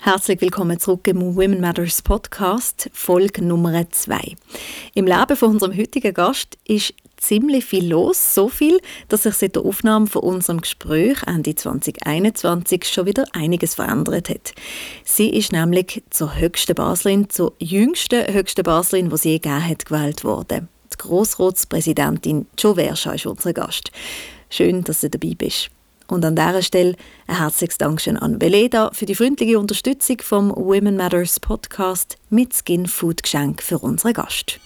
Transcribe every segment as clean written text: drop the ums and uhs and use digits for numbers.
Herzlich willkommen zurück im Women Matters Podcast, Folge Nummer 2. Im Leben von unserem heutigen Gast ist ziemlich viel los, so viel, dass sich seit der Aufnahme von unserem Gespräch Ende 2021 schon wieder einiges verändert hat. Sie ist nämlich zur höchsten Baslerin, zur jüngsten höchsten Baslerin, die sie je gegeben hat, gewählt worden. Die Grossratspräsidentin Jo Verscha ist unser Gast. Schön, dass du dabei bist. Und an dieser Stelle ein herzliches Dankeschön an Veleda für die freundliche Unterstützung vom Women Matters Podcast mit Skin Food Geschenk für unseren Gast.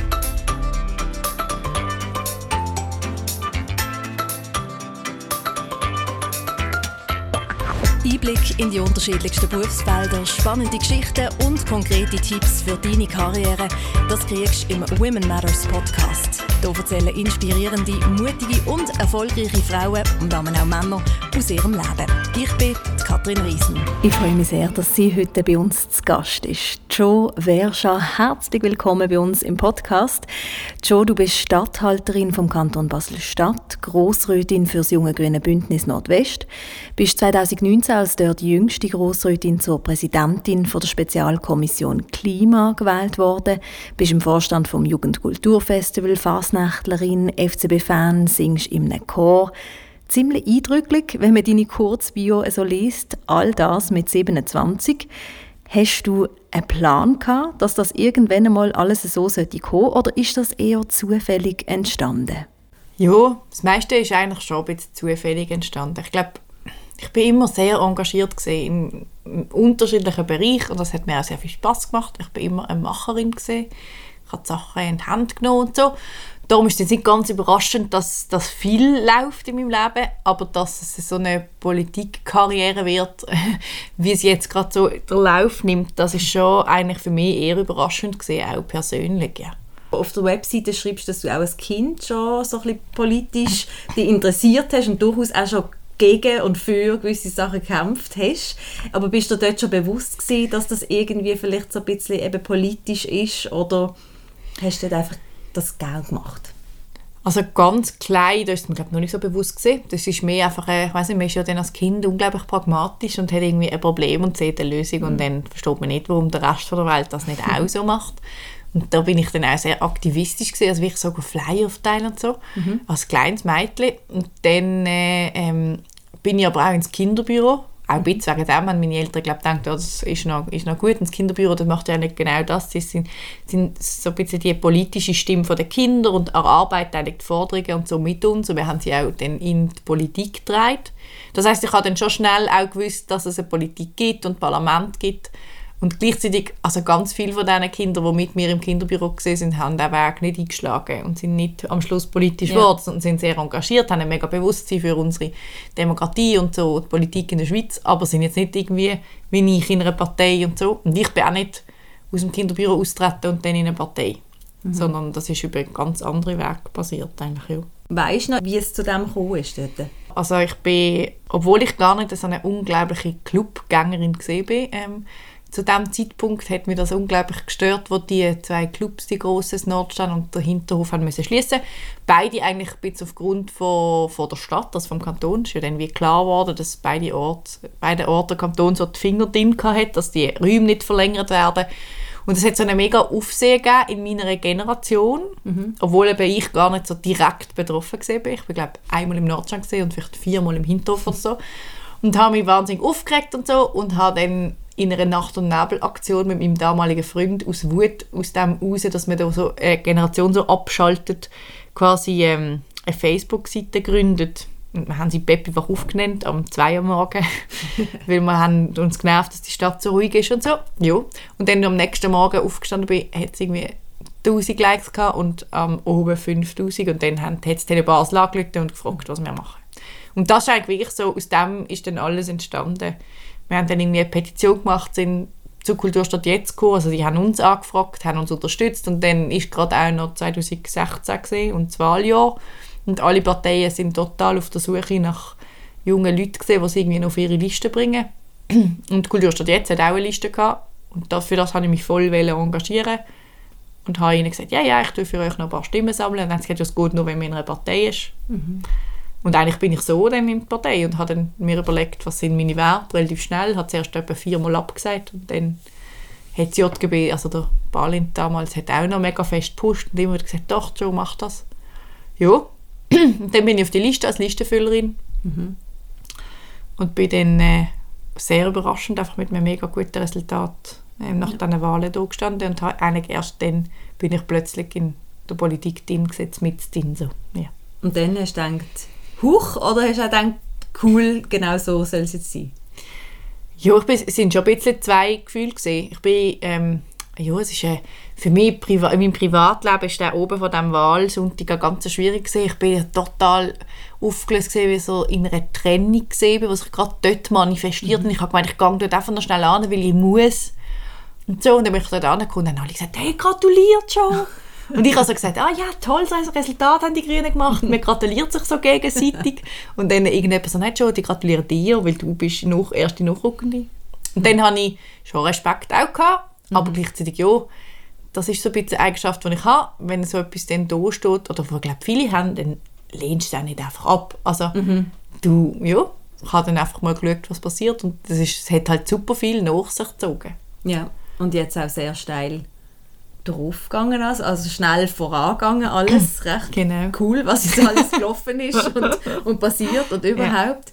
Einblick in die unterschiedlichsten Berufsfelder, spannende Geschichten und konkrete Tipps für deine Karriere, das kriegst du im Women Matters Podcast. Hier erzählen inspirierende, mutige und erfolgreiche Frauen und auch Männer aus ihrem Leben. Ich bin Katrin Riesen. Ich freue mich sehr, dass sie heute bei uns zu Gast ist. Jo Verscha, herzlich willkommen bei uns im Podcast. Jo, du bist Statthalterin vom Kanton Basel-Stadt, Grossrätin für das Junge Grüne Bündnis Nordwest, bist 2019 als dort die jüngste Grossrätin zur Präsidentin von der Spezialkommission Klima gewählt worden, bist im Vorstand vom Jugendkulturfestival, Fasnächtlerin, FCB-Fan, singst in einem Chor. Ziemlich eindrücklich, wenn man deine Kurzbio so liest, all das mit 27. Hast du einen Plan gehabt, dass das irgendwann einmal alles so kommen sollte, oder ist das eher zufällig entstanden? Ja, das meiste ist eigentlich schon ein bisschen zufällig entstanden. Ich glaube, ich bin immer sehr engagiert in unterschiedlichen Bereichen und das hat mir auch sehr viel Spass gemacht. Ich bin immer eine Macherin gewesen. Ich habe die Sachen in die Hand genommen und so. Darum ist es nicht ganz überraschend, dass das viel läuft in meinem Leben, aber dass es so eine Politikkarriere wird, wie es jetzt gerade so den Lauf nimmt, das ist schon eigentlich für mich eher überraschend gewesen, auch persönlich, ja. Auf der Webseite schreibst du, dass du auch als Kind schon so ein bisschen politisch dich interessiert hast und durchaus auch schon gegen und für gewisse Sachen gekämpft hast. Aber bist du dort schon bewusst gewesen, dass das irgendwie vielleicht so ein bisschen eben politisch ist, oder hast du dort einfach das Geld gemacht? Also ganz klein, da ist es mir noch nicht so bewusst gewesen. Das ist mehr einfach, ich weiss nicht, man ist ja dann als Kind unglaublich pragmatisch und hat irgendwie ein Problem und sieht eine Lösung und dann versteht man nicht, warum der Rest der Welt das nicht auch so macht. Und da bin ich dann auch sehr aktivistisch gewesen, also wirklich so Flyer verteilen und so, als kleines Mädchen. Und dann bin ich aber auch ins Kinderbüro. Auch ein bisschen wegen dem haben meine Eltern gedacht, oh, das ist noch gut. Das Kinderbüro, das macht ja nicht genau das. Sie sind so ein bisschen die politische Stimme der Kinder und erarbeiten eigentlich die Forderungen und so mit uns. Und wir haben sie auch dann in die Politik getragen. Das heisst, ich habe dann schon schnell auch gewusst, dass es eine Politik gibt und ein Parlament gibt. Und gleichzeitig, also ganz viele von diesen Kindern, die mit mir im Kinderbüro waren, haben den Weg nicht eingeschlagen und sind nicht am Schluss politisch geworden und sind sehr engagiert, haben ein mega Bewusstsein für unsere Demokratie und so, die Politik in der Schweiz, aber sind jetzt nicht irgendwie wie ich in einer Partei und so. Und ich bin auch nicht aus dem Kinderbüro austreten und dann in eine Partei, sondern das ist über einen ganz anderen Weg passiert eigentlich, ja. Weisst du noch, wie es zu dem gekommen ist dort? Also ich bin, obwohl ich gar nicht so eine unglaubliche Clubgängerin war, zu diesem Zeitpunkt hat mich das unglaublich gestört, wo die zwei Clubs, die grossen Nordstand und der Hinterhof, haben müssen schliessen. Beide eigentlich ein bisschen aufgrund von der Stadt, also vom Kanton. Es ist ja dann wie klar geworden, dass beide Orte der Kanton so die Finger drin hatte, dass die Räume nicht verlängert werden. Und es hat so eine mega Aufsehen gegeben in meiner Generation, obwohl eben ich gar nicht so direkt betroffen war. Ich war, glaube ich, einmal im Nordstand und vielleicht 4-mal im Hinterhof oder so. Und habe mich wahnsinnig aufgeregt und so und habe dann in einer Nacht- und Nebel-Aktion mit meinem damaligen Freund aus Wut aus dem raus, dass man da so eine Generation so abschaltet, quasi eine Facebook-Seite gegründet. Und wir haben sie Peppi wach aufgenannt am 2 Uhr morgen, weil wir haben uns genervt, dass die Stadt so ruhig ist und so. Ja. Und dann am nächsten Morgen aufgestanden bin, hat es irgendwie 1000 Likes gehabt und oben 5000 und dann hat es Basel angerufen und gefragt, was wir machen. Und das ist eigentlich wirklich so, aus dem ist dann alles entstanden. Wir haben dann irgendwie eine Petition gemacht, sind zur Kulturstadt jetzt gekommen. Also die haben uns angefragt, haben uns unterstützt und dann ist gerade auch noch 2016 gewesen, und das Wahljahr. Und alle Parteien sind total auf der Suche nach jungen Leuten gewesen, die sie irgendwie noch auf ihre Liste bringen. Und die Kulturstadt jetzt hat auch eine Liste gehabt. Und für das habe ich mich voll engagieren und habe ihnen gesagt, ja, ich tue für euch noch ein paar Stimmen sammeln. Und dann haben sie gesagt, es geht nur, wenn man in einer Partei ist. Und eigentlich bin ich so dann in die Partei und habe dann mir überlegt, was sind meine Werte, relativ schnell, habe zuerst etwa 4-mal abgesagt und dann hat das JGB, also der Balint damals, hat auch noch mega fest gepusht und immer gesagt, doch, Joe, mach das. Ja, und dann bin ich auf die Liste als Listenfüllerin und bin dann sehr überraschend einfach mit einem mega guten Resultat nach diesen Wahlen da gestanden und eigentlich erst dann bin ich plötzlich in der Politik drin gesetzt, mit drin, so, ja. Und dann hast du gedacht, huch, oder hast du auch gedacht, cool, genau so soll es jetzt sein? Ja, es sind schon ein bisschen zwei Gefühle gewesen. Ich bin, es ist für mich, in meinem Privatleben ist der oben von diesem Wahlsonntag ganz schwierig gewesen. Ich bin total aufgelöst gewesen, wie so in einer Trennung gewesen, was sich gerade dort manifestiert. Und ich habe gemeint, ich gehe dort einfach noch schnell an, weil ich muss. Und so, und dann bin ich dort angekommen und dann haben alle gesagt, hey, gratuliert schon. Und ich habe so gesagt, ja, toll, so ein Resultat haben die Grünen gemacht. Man gratuliert sich so gegenseitig. Und dann irgendjemand so, nicht schon, die gratulieren dir, weil du bist erste Nachrückende. Und dann hatte ich schon Respekt auch gehabt, aber gleichzeitig ja, das ist so ein bisschen eine Eigenschaft, die ich habe. Wenn so etwas dann da steht, oder wo, glaube viele haben, dann lehnst du es auch nicht einfach ab. Also ich habe dann einfach mal geschaut, was passiert. Und es hat halt super viel nach sich gezogen. Ja, und jetzt auch sehr steil draufgegangen, also schnell vorangegangen, alles recht cool, was jetzt alles gelaufen ist und passiert und überhaupt.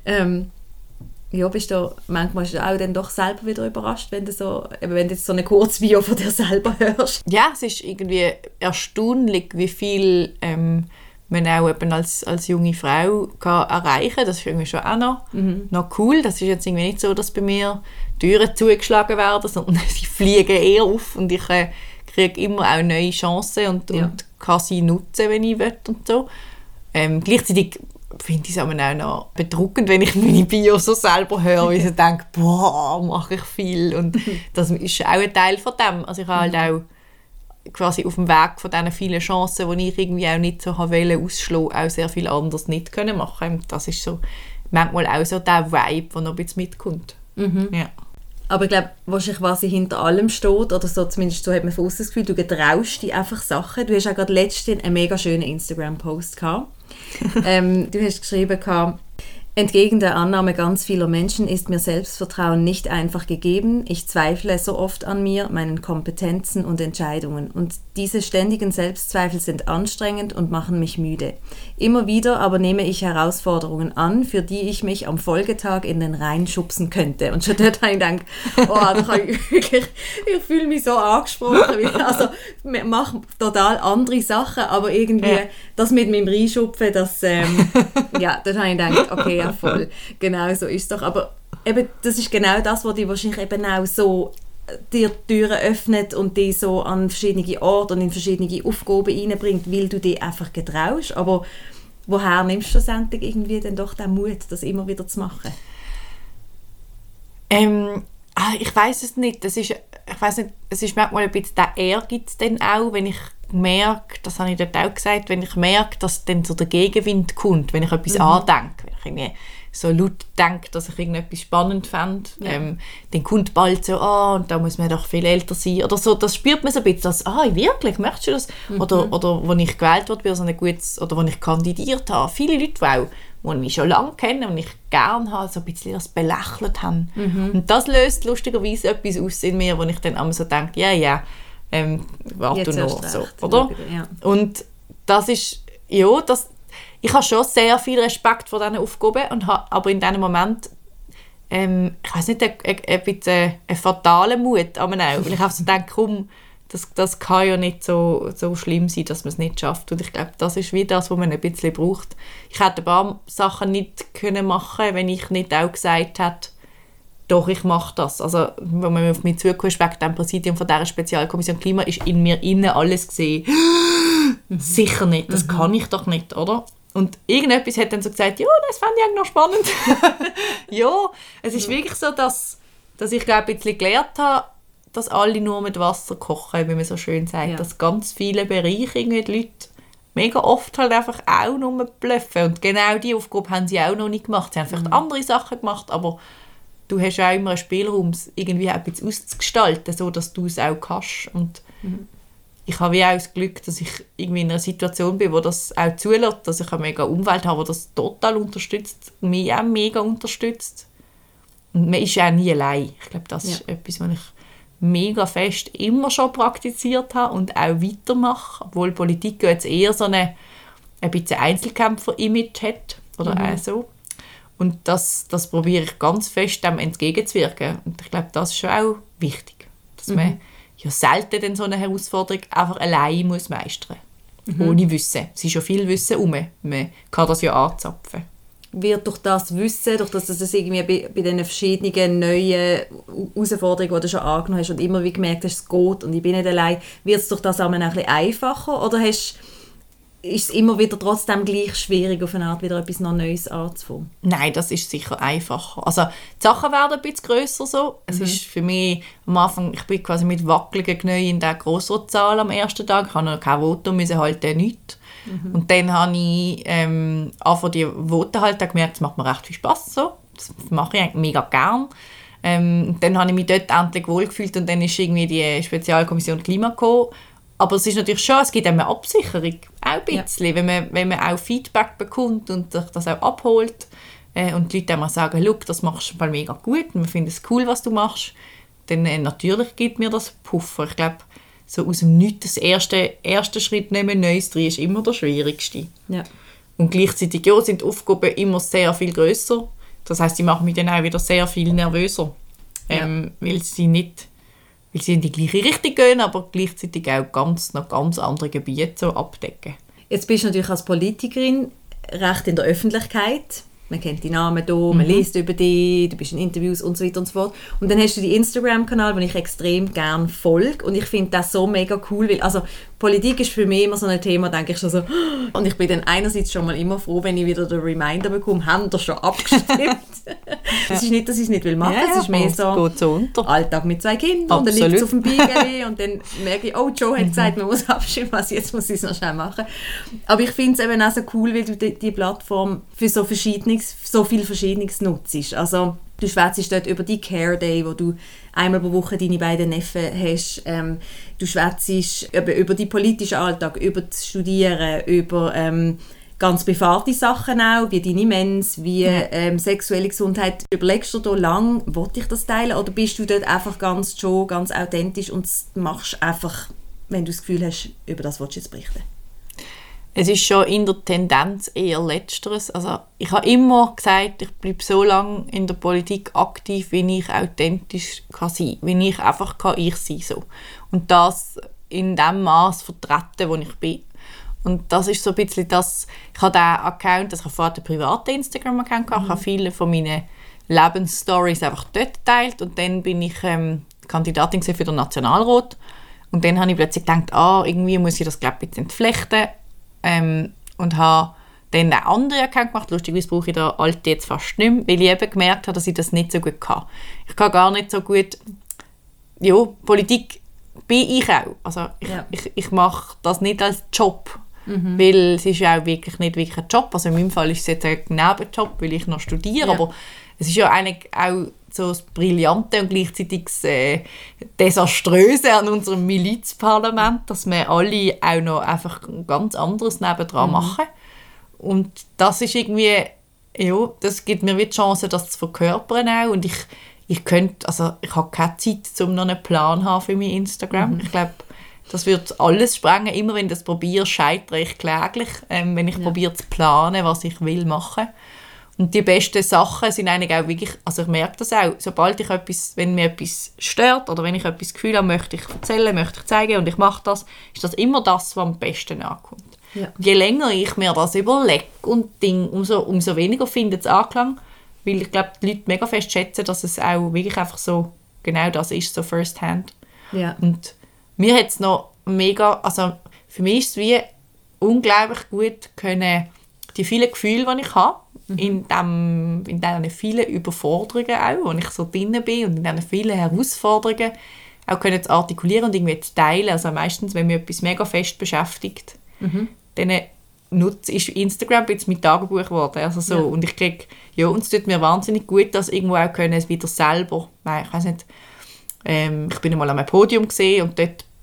Bist du manchmal auch dann doch selber wieder überrascht, wenn du jetzt so eine Kurzvideo von dir selber hörst? Ja, es ist irgendwie erstaunlich, wie viel man auch eben als junge Frau kann erreichen kann. Das ist irgendwie schon auch noch cool. Das ist jetzt irgendwie nicht so, dass bei mir Türen zugeschlagen werden, sondern sie fliegen eher auf und ich kriege immer auch neue Chancen und kann sie nutzen, wenn ich will und so. Gleichzeitig finde ich es aber auch noch bedrückend, wenn ich meine Bio so selber höre, wie ich denke, boah, mache ich viel. Und das ist auch ein Teil von dem. Also ich habe halt auch quasi auf dem Weg von diesen vielen Chancen, die ich irgendwie auch nicht so ausschlagen, auch sehr viel anderes nicht können machen. Das ist so manchmal auch so der Vibe, der noch ein bisschen mitkommt. Ja. Aber ich glaube, wahrscheinlich, was hinter allem steht, oder so, zumindest so hat man von außen das Gefühl, du getraust dich einfach Sachen. Du hast ja gerade letztens einen mega schönen Instagram-Post gehabt. Du hast geschrieben, entgegen der Annahme ganz vieler Menschen ist mir Selbstvertrauen nicht einfach gegeben. Ich zweifle so oft an mir, meinen Kompetenzen und Entscheidungen. Und diese ständigen Selbstzweifel sind anstrengend und machen mich müde. Immer wieder aber nehme ich Herausforderungen an, für die ich mich am Folgetag in den Rhein schubsen könnte. Und schon dort habe ich gedacht, ich fühle mich so angesprochen. Also, ich mache total andere Sachen, aber irgendwie das mit meinem Reinschupfen, das, dort habe ich gedacht, okay, ja, voll. Genau so ist es doch. Aber eben, das ist genau das, was dich wahrscheinlich eben auch so dir Türen öffnet und dich so an verschiedene Orte und in verschiedene Aufgaben reinbringt, weil du dich einfach getraust. Aber woher nimmst du schlussendlich irgendwie dann doch den Mut, das immer wieder zu machen? Ich weiss es nicht. Es ist manchmal ein bisschen der Ehrgeiz dann auch, wenn ich merke, das habe ich dort auch gesagt, wenn ich merke, dass dann so der Gegenwind kommt, wenn ich etwas andenke, wenn ich irgendwie so laut denke, dass ich irgendetwas spannend fände, dann kommt bald so, und da muss man doch viel älter sein, oder so, das spürt man so ein bisschen, dass, wirklich, möchtest du das? Oder als ich gewählt wurde, bei so einem gutes, oder als ich kandidiert habe, viele Leute, die mich schon lange kennen und ich gerne habe, so ein bisschen das belächelt haben. Und das löst lustigerweise etwas aus in mir, wo ich dann einmal so denke, warte noch, so, oder? Ja. Und das ist, ich habe schon sehr viel Respekt vor diesen Aufgaben, aber in diesem Moment, ich weiss nicht, ein bisschen einen fatalen Mut, aber auch, weil ich auch so denke, komm, das kann ja nicht so schlimm sein, dass man es nicht schafft. Und ich glaube, das ist wie das, was man ein bisschen braucht. Ich hätte ein paar Sachen nicht machen können, wenn ich nicht auch gesagt hätte, doch, ich mache das. Also, wenn man auf mich zukommt, wegen dem Präsidium von dieser Spezialkommission Klima, ist in mir innen alles gesehen. Sicher nicht, das kann ich doch nicht, oder? Und irgendetwas hat dann so gesagt, ja, das fände ich eigentlich noch spannend. Ja, es ist wirklich so, dass ich glaube, ein bisschen gelernt habe, dass alle nur mit Wasser kochen, wie man so schön sagt. Ja. Dass ganz viele Bereiche irgendwie die Leute mega oft halt einfach auch nur bluffen. Und genau diese Aufgabe haben sie auch noch nicht gemacht. Sie haben vielleicht andere Sachen gemacht, aber du hast auch immer einen Spielraum, irgendwie auch ein bisschen auszugestalten, so dass du es auch kannst. Und ich habe wie auch das Glück, dass ich irgendwie in einer Situation bin, wo das auch zulässt, dass ich eine mega Umwelt habe, die das total unterstützt und mich auch mega unterstützt. Und man ist ja auch nie allein. Ich glaube, das ist etwas, was ich mega fest immer schon praktiziert habe und auch weitermache, obwohl Politik jetzt eher so ein bisschen Einzelkämpfer-Image hat oder auch so. Und das probiere ich ganz fest, dem entgegenzuwirken. Und ich glaube, das ist schon auch wichtig, dass man ja selten dann so eine Herausforderung einfach allein muss meistern muss. Ohne Wissen. Es ist ja viel Wissen herum. Man kann das ja anzapfen. Wird durch das Wissen, durch das, dass du es irgendwie bei diesen verschiedenen neuen Herausforderungen, die du schon angenommen hast und immer wie gemerkt hast, es geht und ich bin nicht allein, wird es durch das auch ein bisschen einfacher? Oder ist es immer wieder trotzdem gleich schwierig, auf eine Art wieder etwas noch Neues anzufangen? Nein, das ist sicher einfacher. Also die Sachen werden ein bisschen grösser so. Es ist für mich am Anfang, ich bin quasi mit wackeligen Knien in der Grossratssaal am ersten Tag. Ich musste noch kein Votum halten, nichts. Und dann habe ich angefangen, die Voten halt gemerkt, es macht mir recht viel Spass. So. Das mache ich eigentlich mega gern. Dann habe ich mich dort endlich wohlgefühlt und dann ist irgendwie die Spezialkommission Klima gekommen. Aber es ist natürlich schon, es gibt eine Absicherung, auch ein bisschen, ja. wenn man auch Feedback bekommt und sich das auch abholt und die Leute auch sagen, «Schau, das machst du mega gut und wir finden es cool, was du machst», dann natürlich gibt mir das Puffer. Ich glaube, so aus dem Nichts, das erste Schritt nehmen, Neues drin, ist immer der schwierigste. Ja. Und gleichzeitig sind die Aufgaben immer sehr viel grösser. Das heisst, sie machen mich dann auch wieder sehr viel nervöser, weil sie in die gleiche Richtung gehen, aber gleichzeitig auch noch ganz andere Gebiete so abdecken. Jetzt bist du natürlich als Politikerin recht in der Öffentlichkeit. Man kennt die Namen hier, man liest über dich, du bist in Interviews und so weiter und so fort. Und dann hast du den Instagram-Kanal, den ich extrem gerne folge. Und ich finde das so mega cool, weil also Politik ist für mich immer so ein Thema, denke ich schon so. Und ich bin dann einerseits schon mal immer froh, wenn ich wieder den Reminder bekomme, haben wir schon abgestimmt. Es ist nicht, dass ich es nicht machen will, es ist mehr so Alltag mit 2 Kindern. Und dann liegt es auf dem Beigeli und dann merke ich, oh, Joe hat gesagt, man muss abstimmen, also jetzt muss ich es noch schnell machen. Aber ich finde es eben auch so cool, weil du die Plattform für so viel Verschiedenes nutzt. Also du schwätzt dort über die Care Day, wo du einmal pro Woche deine beiden Neffen hast. Du schwätzt über den politischen Alltag, über das Studieren, über ganz private Sachen auch, wie deine Mens, wie sexuelle Gesundheit. Überlegst du da lang, will ich das teilen, oder bist du dort einfach ganz authentisch und machst einfach, wenn du das Gefühl hast, über das willst du jetzt berichten? Es ist schon in der Tendenz eher Letzteres. Also ich habe immer gesagt, ich bleibe so lange in der Politik aktiv, wie ich authentisch kann sein kann. Wie ich einfach ich sein so. Und das in dem Maß vertreten, wo ich bin. Und das ist so ein bisschen das, ich habe diesen Account, also ich habe vorher einen privaten Instagram-Account gehabt, ich habe viele von meinen Lebensstories einfach dort geteilt und dann bin ich Kandidatin für den Nationalrat. Und dann habe ich plötzlich gedacht, irgendwie muss ich das, glaube ich, ein bisschen entflechten. Und habe dann einen anderen Account gemacht. Lustigerweise brauche ich den alten jetzt fast nicht mehr, weil ich eben gemerkt habe, dass ich das nicht so gut kann. Ich kann gar nicht so gut... Ja, Politik bin ich auch. Also ich mache das nicht als Job, weil es ist ja auch wirklich nicht wirklich ein Job. Also in meinem Fall ist es jetzt ein Nebenjob, weil ich noch studiere, aber es ist ja eigentlich auch so das Brillante und gleichzeitig das Desaströse an unserem Milizparlament, dass wir alle auch noch einfach ganz anderes nebendran machen. Und das ist irgendwie, das gibt mir die Chance, das zu verkörpern auch. Und ich habe keine Zeit, um noch einen Plan zu haben für mein Instagram. Ich glaube, das wird alles sprengen. Immer wenn ich das probiere, scheitere ich kläglich, wenn ich probiere zu planen, was ich will machen. Und die besten Sachen sind eigentlich auch wirklich, also ich merke das auch, sobald ich wenn mir etwas stört oder wenn ich etwas Gefühl habe, möchte ich erzählen, möchte ich zeigen und ich mache das, ist das immer das, was am besten ankommt. Ja. Je länger ich mir das überlege und umso weniger findet es Anklang, weil ich glaube, die Leute mega fest schätzen, dass es auch wirklich einfach so genau das ist, so first hand. Ja. Und mir hat es noch mega, also für mich ist es wie unglaublich gut können, die vielen Gefühle, die ich habe, in diesen vielen Überforderungen auch, wo ich so drin bin und in diesen vielen Herausforderungen auch können zu artikulieren und irgendwie zu teilen. Also meistens, wenn mich etwas mega fest beschäftigt, dann ist Instagram jetzt mein Tagebuch geworden. Also so. Und ich kriege, und es tut mir wahnsinnig gut, dass irgendwo auch es wieder selber, ich weiß nicht, ich bin einmal an einem Podium gesehen und dort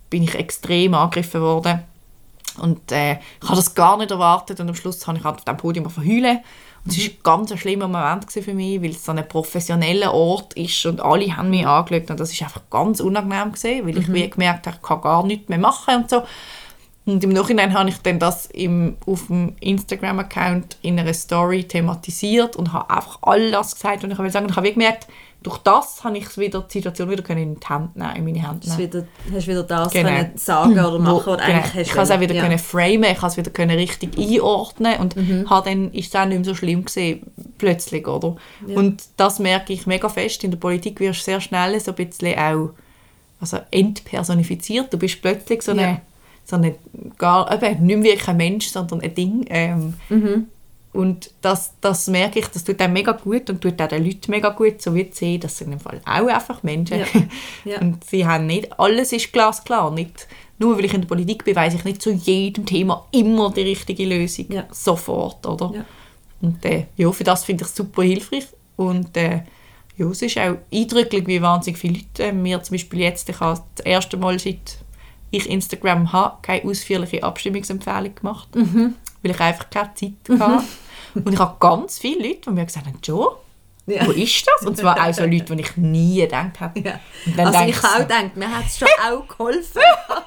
bin ich extrem angegriffen worden. Und ich habe das gar nicht erwartet und am Schluss habe ich auf dem Podium verheulen. Und es war ein ganz schlimmer Moment für mich, weil es so ein professioneller Ort ist und alle haben mich angeschaut und das war einfach ganz unangenehm gewesen, weil ich wie gemerkt habe, ich kann gar nichts mehr machen und so. Und im Nachhinein habe ich dann das auf dem Instagram-Account in einer Story thematisiert und habe einfach alles gesagt, was ich sagen wollte. Ich habe gemerkt, durch das habe ich die Situation wieder in die Hand nehmen, in meine Hand nehmen. Hast wieder das können sagen oder machen, was eigentlich hast. Ich habe es auch wieder können framen, ich habe es wieder richtig einordnen und dann ist es auch nicht mehr so schlimm gewesen, plötzlich, oder? Ja. Und das merke ich mega fest. In der Politik wirst du sehr schnell so ein bisschen auch entpersonifiziert. Du bist plötzlich so eine nicht mehr wirklich ein Mensch, sondern ein Ding. Und das merke ich, das tut einem mega gut und tut auch den Leuten mega gut, so wie sie sehen, das sind im Fall auch einfach Menschen. Ja. Und sie haben nicht, alles ist glasklar. Nicht, nur weil ich in der Politik bin, weiss ich nicht zu jedem Thema immer die richtige Lösung. Sofort, oder? Ja. Und für das finde ich es super hilfreich. Und es ist auch eindrücklich, wie wahnsinnig viele Leute mir zum Beispiel jetzt, ich habe das erste Mal seit ich Instagram habe, keine ausführliche Abstimmungsempfehlung gemacht, weil ich einfach keine Zeit hatte. Und ich habe ganz viele Leute, die mir gesagt haben, «Jo, wo ist das?» Und zwar auch so Leute, die ich nie gedacht habe. Ja. Also ich habe auch gedacht, mir hat es schon auch geholfen.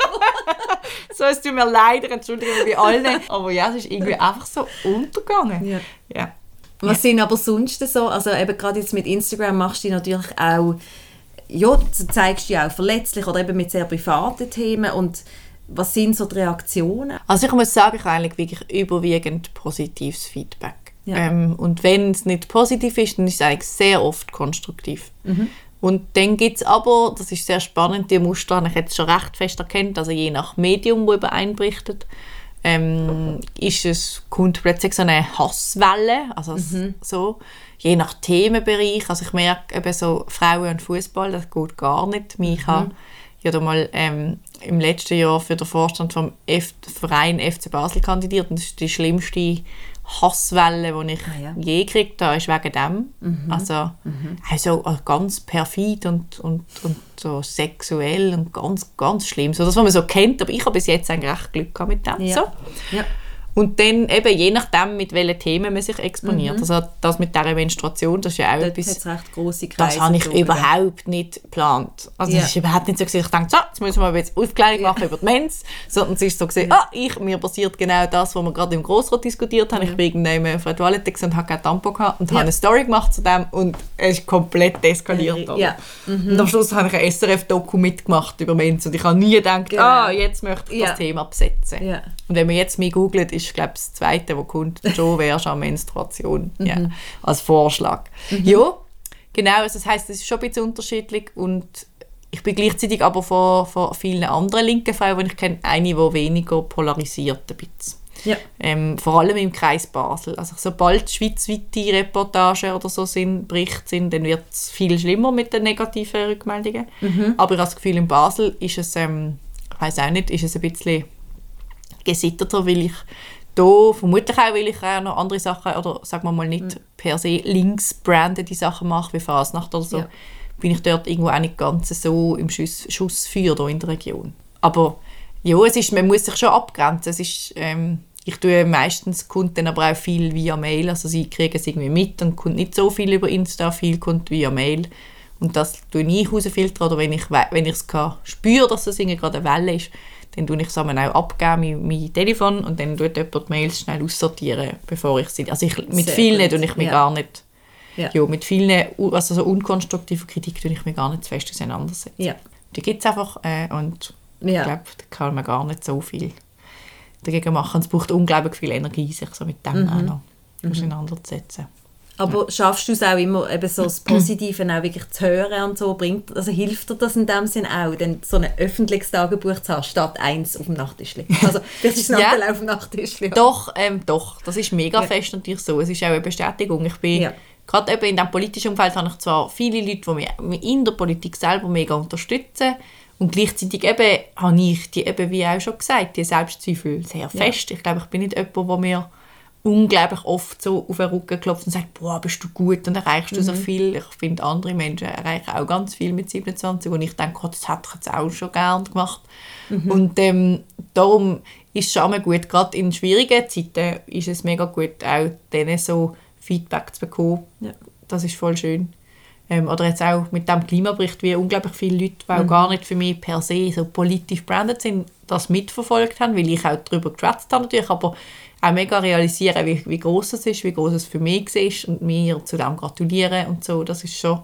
So, es tut mir leid, entschuldige mich bei allen. Aber ja, es ist irgendwie einfach so untergegangen. Ja. Was sind aber sonst so, also eben gerade jetzt mit Instagram machst du natürlich auch, ja, du zeigst dich auch verletzlich oder eben mit sehr privaten Themen und was sind so die Reaktionen? Also ich muss sagen, ich habe eigentlich wirklich überwiegend positives Feedback. Ja. Und wenn es nicht positiv ist, dann ist es eigentlich sehr oft konstruktiv. Und dann gibt es aber, das ist sehr spannend, die Muster habe ich jetzt schon recht fest erkannt, also je nach Medium, das über einen berichtet, kommt plötzlich so eine Hasswelle, also so, je nach Themenbereich. Also ich merke eben so Frauen und Fußball, das geht gar nicht. Ich habe ja mal im letzten Jahr für den Vorstand vom Verein FC Basel kandidiert und das ist die schlimmste Hasswelle, die ich je gekriegt habe, ist wegen dem. Also ganz perfid und so sexuell und ganz, ganz schlimm. So das, was man so kennt, aber ich habe bis jetzt eigentlich recht Glück gehabt mit dem. So. Ja. Und dann eben je nachdem, mit welchen Themen man sich exponiert. Also das mit dieser Menstruation, das ist ja auch etwas, recht grosse Kreise, das habe ich überhaupt nicht geplant. Also das ist überhaupt nicht so gewesen, ich dachte, so, jetzt müssen wir jetzt Aufklärung machen über die Mens, sondern es ist so gewesen, mir passiert genau das, was wir gerade im Grossrat diskutiert haben. Ich bin irgendwann auf der Toilette und habe kein Tampon gehabt und habe eine Story gemacht zu dem und es ist komplett eskaliert. Und am Schluss habe ich ein SRF-Doku mitgemacht über Mens und ich habe nie gedacht, jetzt möchte ich das Thema besetzen. Ja. Und wenn man jetzt mich googelt, ist, glaube ich, das Zweite, was kommt, schon wärst an Menstruation, als Vorschlag. Ja, genau, also das heisst, es ist schon ein bisschen unterschiedlich und ich bin gleichzeitig aber von vielen anderen linken Frauen, die ich kenne, eine, die weniger polarisiert ein bisschen. Ja. Vor allem im Kreis Basel. Also sobald schweizweite Reportagen oder so Berichte sind, dann wird es viel schlimmer mit den negativen Rückmeldungen. Aber ich habe das Gefühl, in Basel ist es, ich weiss auch nicht, ist es ein bisschen gesitterter, weil ich da vermutlich auch, weil ich auch noch andere Sachen, oder sagen wir mal nicht per se links-brandete Sachen mache, wie Fasnacht oder so, bin ich dort irgendwo auch nicht ganz so im Schussfeuer hier in der Region. Aber ja, man muss sich schon abgrenzen. Es ist, ich tue meistens Kunden aber auch viel via Mail, also sie kriegen es irgendwie mit und kommt nicht so viel über Insta, viel kommt via Mail. Und das tue ich rausfiltern, oder wenn ich es spüre, dass es gerade eine Welle ist, dann tue ich es auch abgeben, mein Telefon, und dann tut jemand die Mails schnell aussortieren, bevor ich sie... Also mit vielen tue ich mich gar nicht... Ja, mit vielen, also so unkonstruktiver Kritik tue ich mich gar nicht zu fest auseinandersetzen. Ja. Die gibt es einfach und ich glaube, da kann man gar nicht so viel dagegen machen. Es braucht unglaublich viel Energie, sich so mit dem auch noch auseinanderzusetzen. Aber schaffst du es auch immer, eben so das Positive auch wirklich zu hören und so? Hilft dir das in dem Sinn auch, denn so ein öffentliches Tagebuch zu haben, statt eins auf dem Nachttischli? Also das ist ein Anteil auf dem Nachttischli. Doch, das ist mega fest natürlich so. Es ist auch eine Bestätigung. Ich bin gerade eben in diesem politischen Umfeld habe ich zwar viele Leute, die mich in der Politik selber mega unterstützen, und gleichzeitig eben habe ich die, eben wie auch schon gesagt, die Selbstzweifel sehr fest. Ich glaube, ich bin nicht jemand, der mir unglaublich oft so auf den Rücken klopft und sagt, boah, bist du gut und erreichst du so viel. Ich finde, andere Menschen erreichen auch ganz viel mit 27 und ich denke, oh, das hätte ich jetzt auch schon gerne gemacht. Und darum ist es schon gut, gerade in schwierigen Zeiten ist es mega gut, auch denen so Feedback zu bekommen. Ja. Das ist voll schön. Oder jetzt auch mit dem Klimabericht, wie unglaublich viele Leute, die auch gar nicht für mich per se so politisch branded sind, das mitverfolgt haben, weil ich auch darüber geschwätzt habe natürlich, aber auch mega realisieren, wie gross es ist, wie gross es für mich ist und mir zu dem gratulieren und so. Das ist schon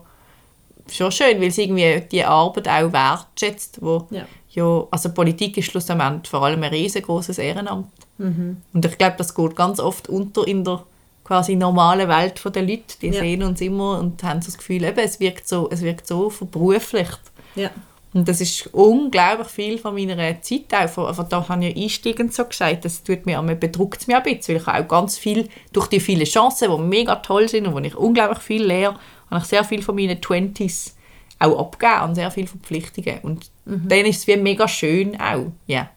schön, weil es irgendwie die Arbeit auch wertschätzt, wo also Politik ist schlussendlich vor allem ein riesengroßes Ehrenamt. Und ich glaube, das geht ganz oft unter in der quasi normalen Welt der Leute. Die sehen uns immer und haben so das Gefühl, eben, es wirkt so verberuflicht. Ja. Und das ist unglaublich viel von meiner Zeit auch. Da habe ich einsteigend so gesagt, das bedrückt es mich ein bisschen, weil ich auch ganz viel, durch die vielen Chancen, die mega toll sind und wo ich unglaublich viel lehre, habe ich sehr viel von meinen 20s auch abgegeben und sehr viele Verpflichtungen. Und dann ist es wie mega schön auch,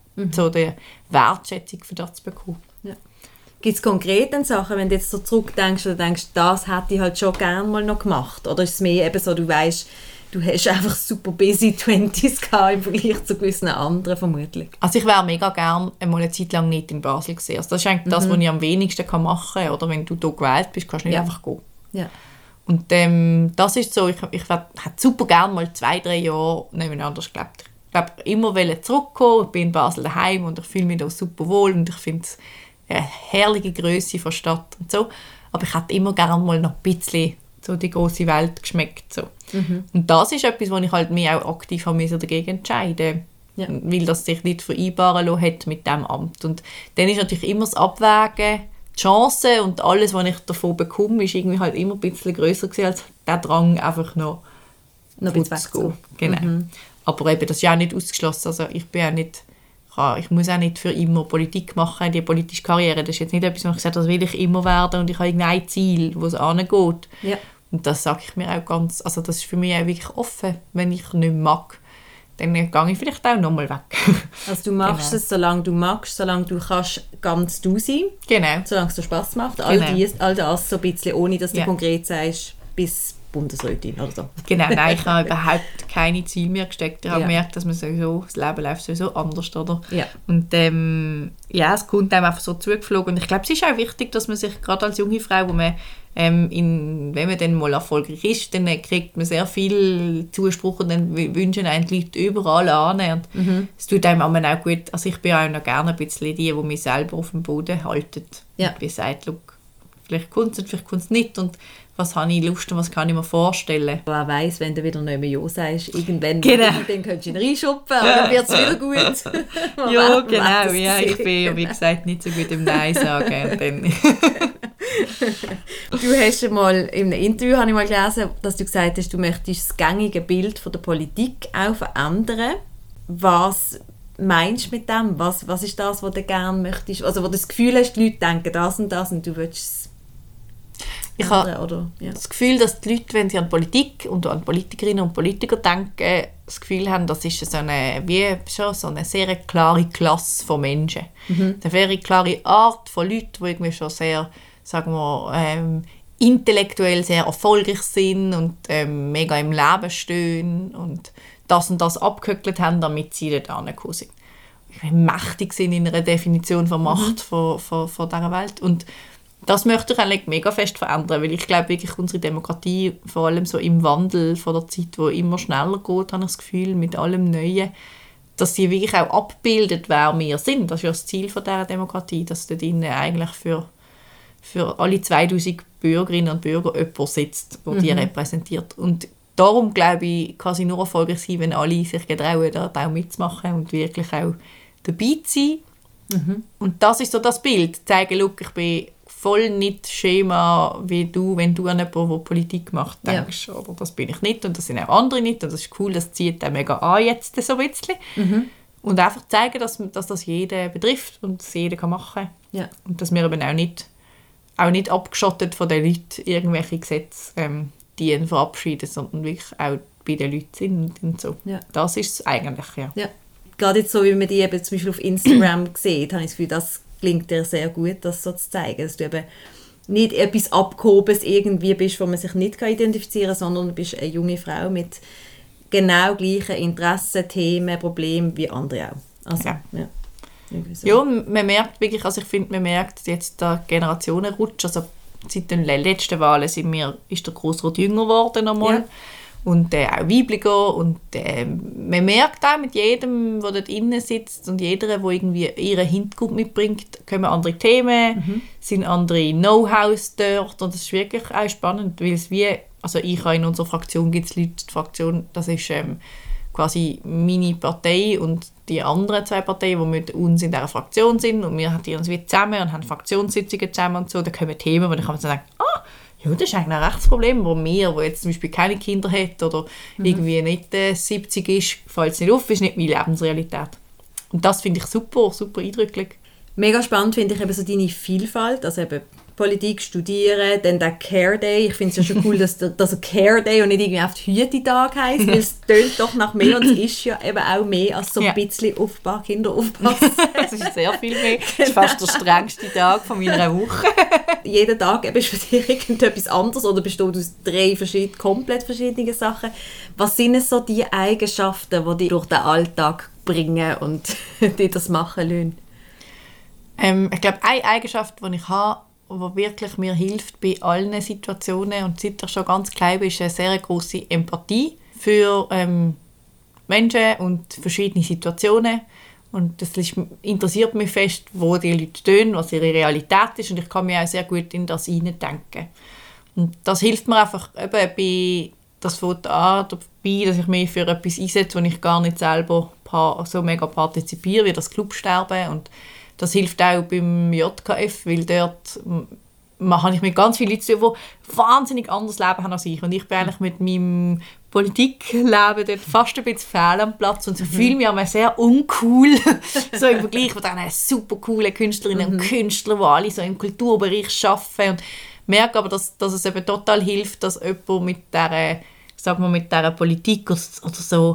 so die Wertschätzung für das zu bekommen. Ja. Gibt es konkrete Sachen, wenn du jetzt so zurückdenkst oder denkst, das hätte ich halt schon gerne mal noch gemacht? Oder ist es mehr eben so, du weißt, du hast einfach super busy 20s gehabt im Vergleich zu gewissen anderen vermutlich? Also ich wäre mega gerne einmal eine Zeit lang nicht in Basel gewesen. Also das ist eigentlich das, was ich am wenigsten machen kann. Oder wenn du hier gewählt bist, kannst du nicht einfach gehen. Ja. Und das ist so, ich hätte super gerne mal 2-3 Jahre nebeneinander gelebt. Ich glaube, immer zurückkommen. Ich bin in Basel daheim und ich fühle mich da super wohl und ich finde es eine herrliche Grösse von Stadt und so. Aber ich hätte immer gerne mal noch ein bisschen so die grosse Welt geschmeckt. So. Und das ist etwas, wo ich halt mich auch aktiv dagegen entscheiden musste, weil das sich nicht vereinbaren lassen hat mit diesem Amt. Und dann ist natürlich immer das Abwägen, die Chancen und alles, was ich davon bekomme, ist irgendwie halt immer ein bisschen grösser gewesen, als der Drang, einfach noch ein bisschen wegzugehen. Genau. Aber eben, das ist ja auch nicht ausgeschlossen. Also ich bin auch nicht... Ich muss auch nicht für immer Politik machen, die politische Karriere. Das ist jetzt nicht etwas, wo ich sage, das will ich immer werden und ich habe irgendein Ziel, wo es hingeht. Ja. Und das sage ich mir auch ganz, also das ist für mich auch wirklich offen. Wenn ich nicht mag, dann gehe ich vielleicht auch nochmal weg. Also du machst es, solange du magst, solange du kannst ganz du sein. Genau. Solange es dir Spass macht. All das so ein bisschen, ohne dass du konkret sagst, bis Bundesrätin oder so. Genau, nein, ich habe überhaupt keine Ziele mehr gesteckt. Ich habe gemerkt, dass man sowieso, das Leben läuft sowieso anders, oder? Ja. Und es kommt einem einfach so zugeflogen. Und ich glaube, es ist auch wichtig, dass man sich gerade als junge Frau, wo man, wenn man dann mal erfolgreich ist, dann kriegt man sehr viel Zuspruch und dann wünschen einem die Leute überall an. Und es tut einem auch gut. Also ich bin auch noch gerne ein bisschen die mich selber auf dem Boden halten. Ja. Und wie sagt, look, vielleicht kommt es, vielleicht kommt es nicht. Und was habe ich Lust und was kann ich mir vorstellen. Wer weiss, wenn du wieder nicht mehr «Ja» sagst, irgendwann dann könntest du ihn reinschuppen, aber dann wird es wieder gut. Ja, genau. Ja, ich bin, wie gesagt, nicht so gut im Nein sagen. Du hast mal in einem Interview habe ich mal gelesen, dass du gesagt hast, du möchtest das gängige Bild von der Politik auch verändern. Was meinst du mit dem? Was ist das, was du gerne möchtest? Also wo du das Gefühl hast, die Leute denken das und das und du willst ich habe das Gefühl, dass die Leute, wenn sie an Politik und an Politikerinnen und Politiker denken, das Gefühl haben, das ist so eine sehr klare Klasse von Menschen. Eine sehr klare Art von Leuten, die irgendwie schon sehr, sagen wir, intellektuell sehr erfolgreich sind und mega im Leben stehen und das abgehökelt haben, damit sie dort angekommen sind. Mächtig sind in einer Definition von Macht von dieser Welt. Und das möchte ich eigentlich mega fest verändern, weil ich glaube wirklich, unsere Demokratie, vor allem so im Wandel von der Zeit, wo immer schneller geht, habe ich das Gefühl, mit allem Neuen, dass sie wirklich auch abbildet, wer wir sind. Das ist ja das Ziel von dieser Demokratie, dass dort innen eigentlich für alle 2000 Bürgerinnen und Bürger jemand sitzt, der die repräsentiert. Und darum, glaube ich, kann sie nur erfolgreich sein, wenn alle sich getrauen, da auch mitzumachen und wirklich auch dabei zu sein. Und das ist so das Bild, zeigen, look, ich bin voll nicht Schema wie du, wenn du an jemanden, der Politik macht, denkst. Ja. Oder das bin ich nicht und das sind auch andere nicht und das ist cool, das zieht auch mega an jetzt so ein bisschen. Und einfach zeigen, dass das jeden betrifft und das jeder machen kann. Ja. Und dass wir eben auch nicht abgeschottet von den Leuten irgendwelche Gesetze die verabschieden, sondern wirklich auch bei den Leuten sind und so. Ja. Das ist es eigentlich, ja. Gerade jetzt so, wie man die eben zum Beispiel auf Instagram sieht, habe ich das Gefühl, das gelingt dir sehr gut, das so zu zeigen, dass du eben nicht etwas Abgehobenes irgendwie bist, wo man sich nicht identifizieren kann, sondern du bist eine junge Frau mit genau gleichen Interessen, Themen, Problemen wie andere auch. Also, Ja. So. Ja, man merkt wirklich, also ich finde, man merkt jetzt der Generationenrutsch, also seit den letzten Wahlen ist der Grossrat jünger geworden nochmal. Ja. Und auch weiblicher und man merkt auch mit jedem, der dort innen sitzt und jeder, der irgendwie ihren Hintergrund mitbringt, kommen andere Themen, sind andere Know-hows dort und das ist wirklich auch spannend, weil es also ich habe in unserer Fraktion, gibt es Leute, die Fraktion, das ist quasi meine Partei und die anderen 2 Parteien, die mit uns in dieser Fraktion sind und wir haben uns wie zusammen und haben Fraktionssitzungen zusammen und so, da kommen Themen, wo ich kann sagen, ja, das ist eigentlich ein Rechtsproblem, wo mir, wo jetzt zum Beispiel keine Kinder hat oder irgendwie nicht 70 ist, fällt es nicht auf, ist nicht meine Lebensrealität. Und das finde ich super, super eindrücklich. Mega spannend finde ich eben so deine Vielfalt, also eben Politik studieren, dann der Care Day. Ich finde es ja schon cool, dass Care Day und nicht irgendwie auf die Hütetag heisst, weil es tönt doch nach mehr und es ist ja eben auch mehr als so ein bisschen auf ein paar Kinder aufpassen. Das ist sehr viel mehr. Das ist fast der strengste Tag von meiner Woche. Jeden Tag ist für dich irgendetwas anderes oder besteht aus 3 komplett verschiedenen Sachen. Was sind es so die Eigenschaften, die dich durch den Alltag bringen und dich das machen lassen? Ich glaube, eine Eigenschaft, die ich habe, die wirklich mir hilft bei allen Situationen und seit ich schon ganz klein bin, ist eine sehr grosse Empathie für Menschen und verschiedene Situationen. Und das interessiert mich fest, wo die Leute stehen, was ihre Realität ist und ich kann mich auch sehr gut in das hineindenken. Und das hilft mir einfach eben das fängt an dabei, dass ich mich für etwas einsetze, wo ich gar nicht selber so mega partizipiere, wie das Clubsterben. Und das hilft auch beim JKF, weil dort habe ich mit ganz vielen Leuten, die wahnsinnig anderes Leben haben als ich. Und ich bin eigentlich mit meinem Politikleben dort fast ein bisschen fehl am Platz und fühle mich auch sehr uncool. So im Vergleich mit diesen super coolen Künstlerinnen und Künstlern, die alle so im Kulturbereich arbeiten. Und merke aber, dass es eben total hilft, dass jemand mit dieser Politik oder so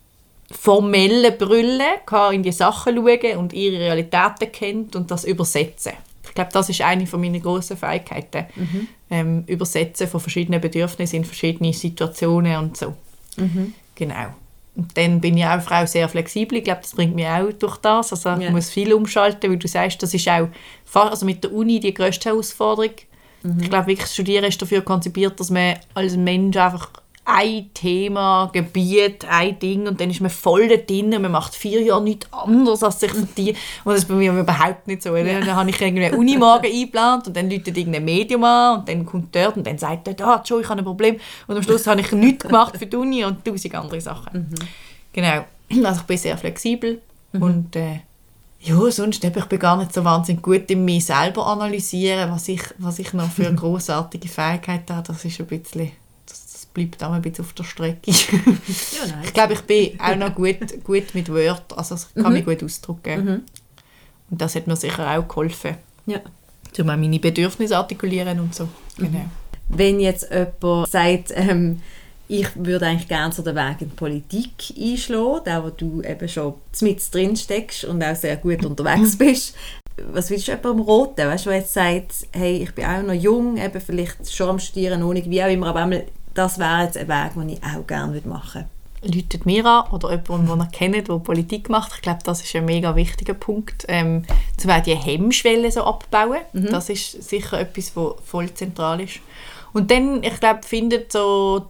formelle Brille kann in die Sachen schauen und ihre Realitäten kennt und das übersetzen. Ich glaube, das ist eine meiner grossen Fähigkeiten. Übersetzen von verschiedenen Bedürfnissen in verschiedene Situationen und so. Genau. Und dann bin ich auch Frau sehr flexibel. Ich glaube, das bringt mich auch durch das. Also ich muss viel umschalten, weil du sagst, das ist auch also mit der Uni die grösste Herausforderung. Ich glaube, wirklich Studieren ist dafür konzipiert, dass man als Mensch einfach ein Thema, Gebiet, ein Ding und dann ist man voll da drin und man macht 4 Jahre nichts anderes als sich verdienen. Und das ist bei mir überhaupt nicht so. Dann habe ich irgendwie einen Unimorgen eingeplant und dann läutet irgendein Medium an und dann kommt dort und dann sagt er, ich habe ein Problem. Und am Schluss habe ich nichts gemacht für die Uni und 1000 andere Sachen. Genau. Also ich bin sehr flexibel und sonst ich bin gar nicht so wahnsinnig gut in mich selber analysieren, was ich noch für grossartige Fähigkeiten habe. Das ist ein bisschen... bleibt auch ein bisschen auf der Strecke. Ich glaube, ich bin auch noch gut mit Wörtern, also ich kann mich gut ausdrücken. Und das hat mir sicher auch geholfen, um meine Bedürfnisse artikulieren und so. Genau. Wenn jetzt jemand sagt, ich würde eigentlich gerne so den Weg in die Politik einschlagen, da wo du eben schon mit drin steckst und auch sehr gut unterwegs bist, was willst du jemandem raten, weißt du, der jetzt sagt, hey, ich bin auch noch jung, eben vielleicht schon am Studieren, noch nicht wie auch immer, aber einmal, das wäre jetzt ein Weg, den ich auch gerne machen würde. Läutet mir an oder jemanden, den ihr kennt, der Politik macht. Ich glaube, das ist ein mega wichtiger Punkt. Zum Beispiel die Hemmschwelle so abbauen. Das ist sicher etwas, was voll zentral ist. Und dann, ich glaube, findet euer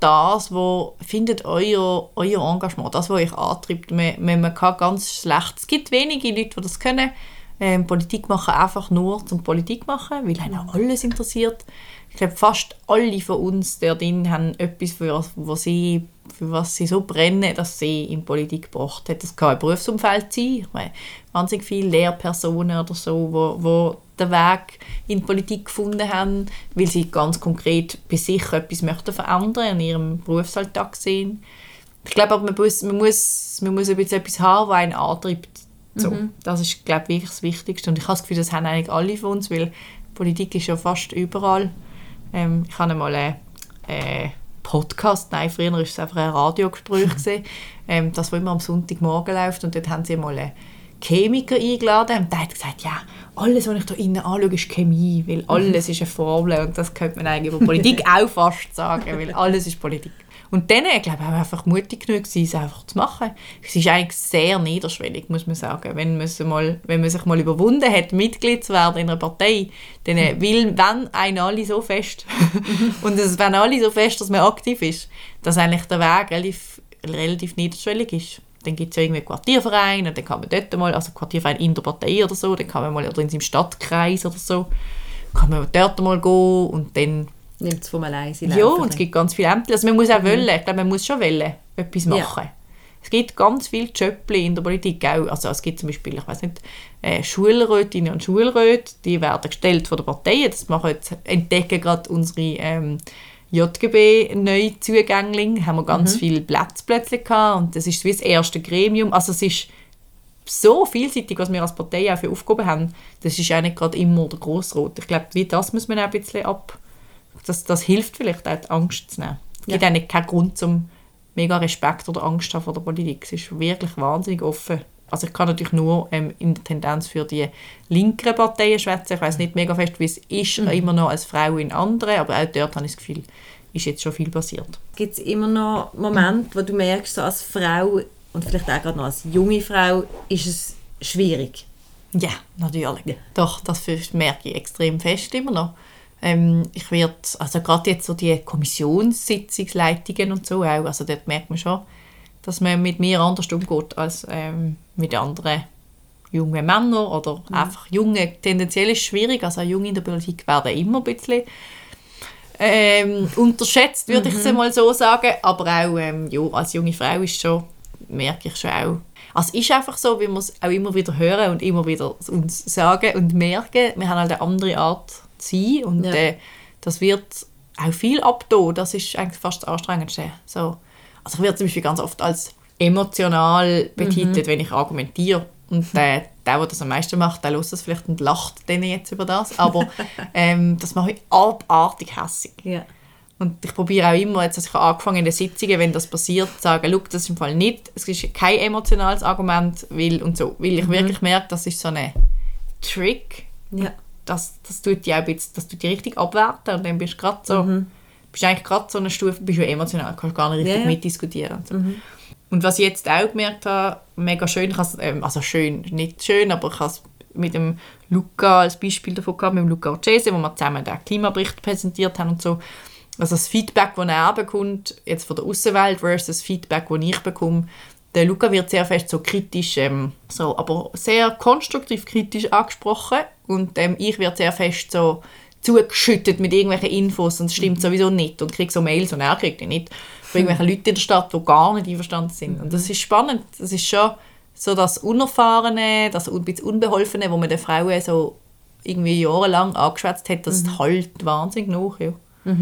Engagement, das, was euch antreibt. Man kann ganz schlecht, es gibt wenige Leute, die das können, Politik machen einfach nur zum Politik machen, weil einen auch alles interessiert. Ich glaube, fast alle von uns dort haben etwas, für was sie so brennen, dass sie in Politik gebracht haben. Das kann ein Berufsumfeld sein. Ich meine, wahnsinnig viele Lehrpersonen oder so, die den Weg in die Politik gefunden haben, weil sie ganz konkret bei sich etwas möchten verändern, in ihrem Berufsalltag sehen. Ich glaube aber, man muss ein bisschen etwas haben, das einen antreibt. So. Das ist, glaube ich, wirklich das Wichtigste. Und ich habe das Gefühl, das haben eigentlich alle von uns, weil Politik ist ja fast überall. Ich habe einmal einen Podcast, früher war es einfach ein Radiogespräch, das immer am Sonntagmorgen läuft und dort haben sie mal Chemiker eingeladen und der hat gesagt, ja, alles, was ich da innen anschaue, ist Chemie, weil alles ist eine Formel und das könnte man eigentlich über Politik auch fast sagen, weil alles ist Politik. Und dann, ich glaube, auch einfach mutig genug gewesen, es einfach zu machen. Es ist eigentlich sehr niederschwellig, muss man sagen. Wenn man sich mal überwunden hat, Mitglied zu werden in einer Partei, dann wenn einen alle so fest und es wenn alle so fest, dass man aktiv ist, dass eigentlich der Weg relativ niederschwellig ist. Dann gibt es ja irgendwie Quartiervereine und dann kann man dort mal, also Quartierverein in der Partei oder so, dann kann man mal, oder in seinem Stadtkreis oder so, kann man dort mal gehen und dann nimmt es von alleine. Ja, und es gibt ganz viele Ämter. Also man muss auch wollen. Ich glaube, man muss schon wollen, etwas machen. Ja. Es gibt ganz viele Jobs in der Politik auch. Also es gibt zum Beispiel, ich weiß nicht, Schulrätinnen und Schulräte, die werden gestellt von der Partei. Das entdecken gerade unsere JGB-Neuzugänglinge. Haben wir ganz viele Plätze plötzlich gehabt. Und das ist wie das erste Gremium. Also es ist so vielseitig, was wir als Partei auch für Aufgaben haben. Das ist auch nicht gerade immer der Grossrot. Ich glaube, wie das muss man auch ein bisschen Das hilft vielleicht auch, die Angst zu nehmen. Es gibt eigentlich keinen Grund, zum mega Respekt oder Angst zu haben vor der Politik. Es ist wirklich wahnsinnig offen. Also ich kann natürlich nur in der Tendenz für die linkeren Parteien schwätzen. Ich weiss nicht mega fest, wie es ist, immer noch als Frau in anderen, aber auch dort habe ich das Gefühl, ist jetzt schon viel passiert. Gibt es immer noch Momente, wo du merkst, so als Frau und vielleicht auch gerade noch als junge Frau, ist es schwierig? Ja, natürlich. Ja. Doch, das merke ich extrem fest immer noch. Ich werde, also gerade jetzt so die Kommissionssitzungsleitungen und so auch, also dort merkt man schon, dass man mit mir anders umgeht als mit anderen jungen Männern oder einfach junge. Tendenziell ist es schwierig, also Junge in der Politik werden immer ein bisschen unterschätzt, würde ich es mal so sagen, aber auch als junge Frau ist schon, merke ich schon auch. Also es ist einfach so, wie wir es auch immer wieder hören und immer wieder uns sagen und merken, wir haben halt eine andere Art sein und das wird auch viel abtun. Das ist eigentlich fast das Anstrengendste. So. Also ich werde zum Beispiel ganz oft als emotional betitelt, wenn ich argumentiere. Und der das am meisten macht, der hört das vielleicht und lacht dann jetzt über das. Aber das mache ich abartig hässig. Ja. Und ich probiere auch immer, jetzt, als ich angefangen in den Sitzungen, wenn das passiert, zu sagen, schau, das ist im Fall nicht, es ist kein emotionales Argument, weil ich wirklich merke, das ist so ein Trick. Ja. Das tut dich auch richtig abwerten und dann bist du gerade so, bist eigentlich gerade so eine Stufe, bist du emotional, kannst gar nicht richtig mitdiskutieren. Und, so. Und was ich jetzt auch gemerkt habe, mega schön, also schön, nicht schön, aber ich habe es mit dem Luca als Beispiel davon gehabt, mit dem Luca Orcese, wo wir zusammen den Klimabericht präsentiert haben und so. Also das Feedback, das er bekommt, jetzt von der Aussenwelt versus das Feedback, das ich bekomme, der Luca wird sehr fest so kritisch, aber sehr konstruktiv kritisch angesprochen und ich werde sehr fest so zugeschüttet mit irgendwelchen Infos und es stimmt sowieso nicht und kriege so Mails und er kriegt die nicht von irgendwelchen Leuten in der Stadt, die gar nicht einverstanden sind. Und das ist spannend, das ist schon so das Unerfahrene, das ein bisschen Unbeholfene, wo man den Frauen so irgendwie jahrelang angeschwätzt hat, das halt wahnsinnig nach. Ja.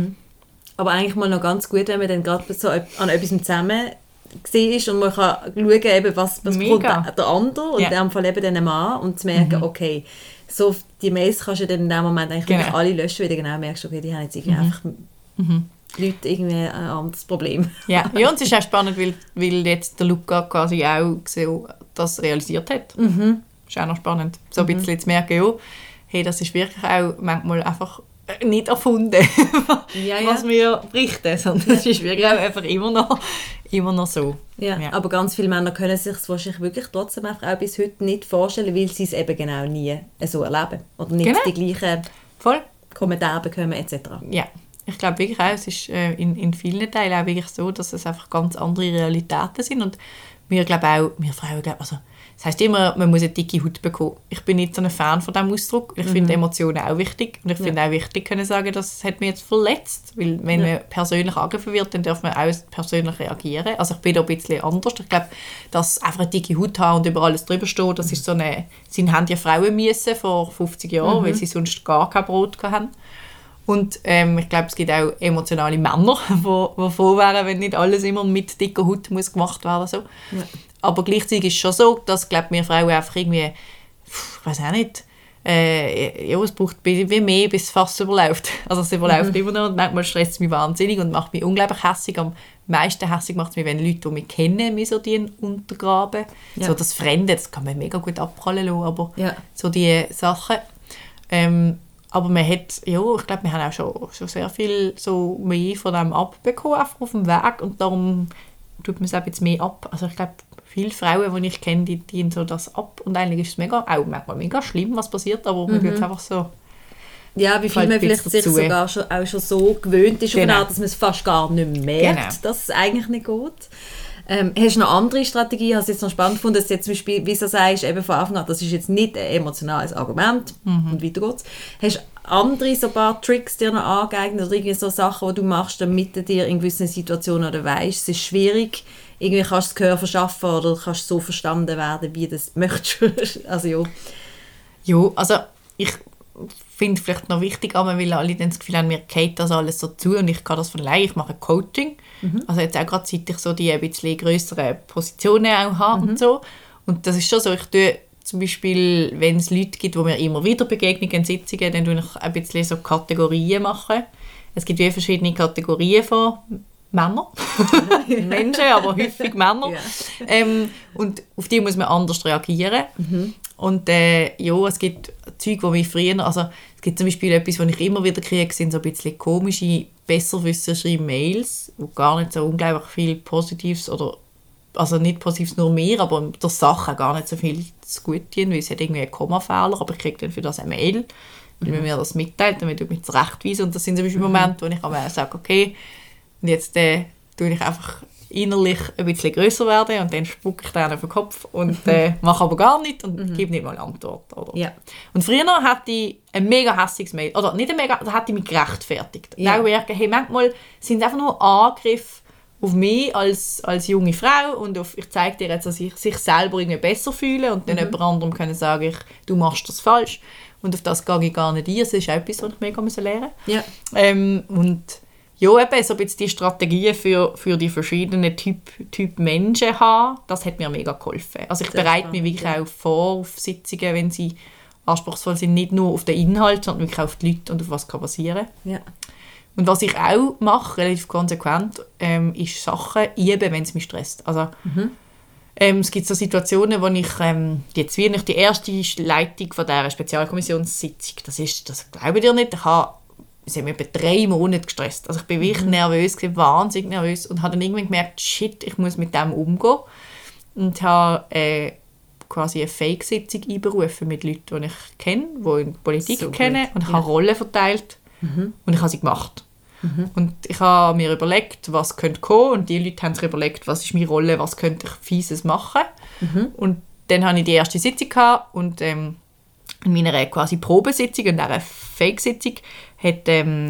Aber eigentlich mal noch ganz gut, wenn man dann gerade so an etwas zusammen ist und man kann schauen, eben, was kommt der andere und in dem Fall eben den Mann und zu merken, okay, so die Mails kannst du dann in dem Moment eigentlich wirklich alle löschen, weil du genau merkst, okay, die haben jetzt irgendwie einfach die Leute irgendwie ein anderes Problem. Ja, und es ist auch spannend, weil jetzt der Luca quasi auch so das realisiert hat. Das ist auch noch spannend, so ein bisschen zu merken, ja, hey, das ist wirklich auch manchmal einfach nicht erfunden, was wir berichten, sondern es ist wirklich auch einfach immer noch so. Ja, aber ganz viele Männer können sich es wahrscheinlich wirklich trotzdem einfach auch bis heute nicht vorstellen, weil sie es eben genau nie so erleben oder nicht die gleichen Kommentare bekommen etc. Ja, ich glaube wirklich auch, es ist in vielen Teilen auch wirklich so, dass es einfach ganz andere Realitäten sind und wir Frauen glauben, also das heisst immer, man muss eine dicke Haut bekommen. Ich bin nicht so ein Fan von diesem Ausdruck. Ich finde Emotionen auch wichtig. Und ich finde auch wichtig, können sagen, das hat mich jetzt verletzt. Weil wenn man persönlich angegriffen wird, dann darf man auch persönlich reagieren. Also ich bin da ein bisschen anders. Ich glaube, dass einfach eine dicke Haut haben und über alles drüber stehen, das ist so eine... Haben ja Frauen müssen vor 50 Jahren, weil sie sonst gar kein Brot hatten. Und ich glaube, es gibt auch emotionale Männer, die froh wären, wenn nicht alles immer mit dicker Haut muss gemacht werden muss. So. Ja. Aber gleichzeitig ist es schon so, dass, glaube wir Frauen einfach irgendwie, ich weiß auch nicht, es braucht wie mehr, bis es fast überläuft. Also es überläuft immer noch und manchmal stresst es mich wahnsinnig und macht mich unglaublich hässig. Am meisten hässig macht es mich, wenn Leute, die mich kennen, mich so die untergraben. Ja. So das Fremde, das kann man mega gut abprallen lassen, aber Ja. so die Sachen. Aber man hat, ja, ich glaube, wir haben auch schon sehr viel so mehr von dem abbekommen, einfach auf dem Weg und darum tut man es auch jetzt mehr ab. Also ich glaube, viele Frauen, die ich kenne, die dienen so das ab und eigentlich ist es auch manchmal mega schlimm, was passiert, aber man wird einfach so... Ja, wie viel Fällt man ein vielleicht bisschen sich dazu. sogar schon so gewöhnt ist, Genau. dass man es fast gar nicht merkt, Genau. dass es eigentlich nicht geht. Hast du noch andere Strategien? Hast du jetzt noch spannend gefunden, dass du jetzt zum Beispiel, wie du sagst, eben von Anfang an, das ist jetzt nicht ein emotionales Argument und weiter geht's. Hast du andere so ein paar Tricks dir noch angeeignet oder irgendwie so Sachen, die du machst, damit du dir in gewissen Situationen oder weißt, es ist schwierig, irgendwie kannst du das Gehör verschaffen oder kannst so verstanden werden, wie du das möchtest. Also ja. Ja, also ich finde vielleicht noch wichtig, aber weil alle dann das Gefühl haben, mir geht das alles so zu und ich kann das von allein, ich mache Coaching. Also jetzt auch gerade seit ich so die ein bisschen grösseren Positionen auch habe und so. Und das ist schon so, ich tue zum Beispiel, wenn es Leute gibt, die mir immer wieder begegnen in Sitzungen, dann tue ich ein bisschen so Kategorien machen. Es gibt wie verschiedene Kategorien von Männern, Menschen, aber häufig Männer. Ja. Und auf die muss man anders reagieren. Und ja, es gibt Zeug, die mich früher, also es gibt zum Beispiel etwas, was ich immer wieder kriege, sind so ein bisschen komische, besserwisserische Mails, wo gar nicht so unglaublich viel Positives oder, also nicht Positives nur mehr, aber der Sache gar nicht so viel zu gut tun, weil es hat irgendwie einen Kommafehler, aber ich kriege dann für das eine Mail, weil man mir das mitteilt, damit ich mich zurechtweise. Und das sind zum Beispiel Momente, wo ich aber sage, okay, und jetzt tue ich einfach innerlich ein bisschen grösser werden und dann spucke ich dann auf den Kopf und mache aber gar nichts und gebe nicht mal eine Antwort. Oder? Ja. Und früher hatte ich ein mega hässiges Mail, oder nicht ein mega, da hatte ich mich gerechtfertigt. Ja. Auch merken, hey, manchmal sind es einfach nur Angriffe auf mich als junge Frau und auf, ich zeige dir jetzt, dass ich sich selber irgendwie besser fühle und dann jemand anderem können sagen, du machst das falsch. Und auf das gehe ich gar nicht ein. Das ist auch etwas, was ich mega lernen musste. Ja. Und ja, eben so ein bisschen die Strategien für die verschiedenen Typ Menschen haben, das hat mir mega geholfen. Also ich Sehr bereite mich spannend, wirklich auch vor auf Sitzungen, wenn sie anspruchsvoll sind, nicht nur auf den Inhalt, sondern wirklich auch auf die Leute und auf was kann passieren. Ja. Und was ich auch mache, relativ konsequent, ist Sachen üben, wenn es mich stresst. Also, es gibt so Situationen, wo ich jetzt wie nicht die erste Leitung von dieser Spezialkommissionssitzung, das glaube ich dir nicht, es hat mich etwa 3 Monate gestresst. Also ich bin wirklich nervös, wahnsinnig nervös und habe dann irgendwann gemerkt, shit, ich muss mit dem umgehen. Und habe quasi eine Fake-Sitzung einberufen mit Leuten, die ich kenne, die in Politik So kennen. gut, Und ich ja. habe Rollen verteilt und ich habe sie gemacht. Und ich habe mir überlegt, was könnte kommen und die Leute haben sich überlegt, was ist meine Rolle, was könnte ich Fieses machen. Und dann hatte ich die erste Sitzung gehabt und in meiner quasi Probesitzung und dieser Fake-Sitzung hat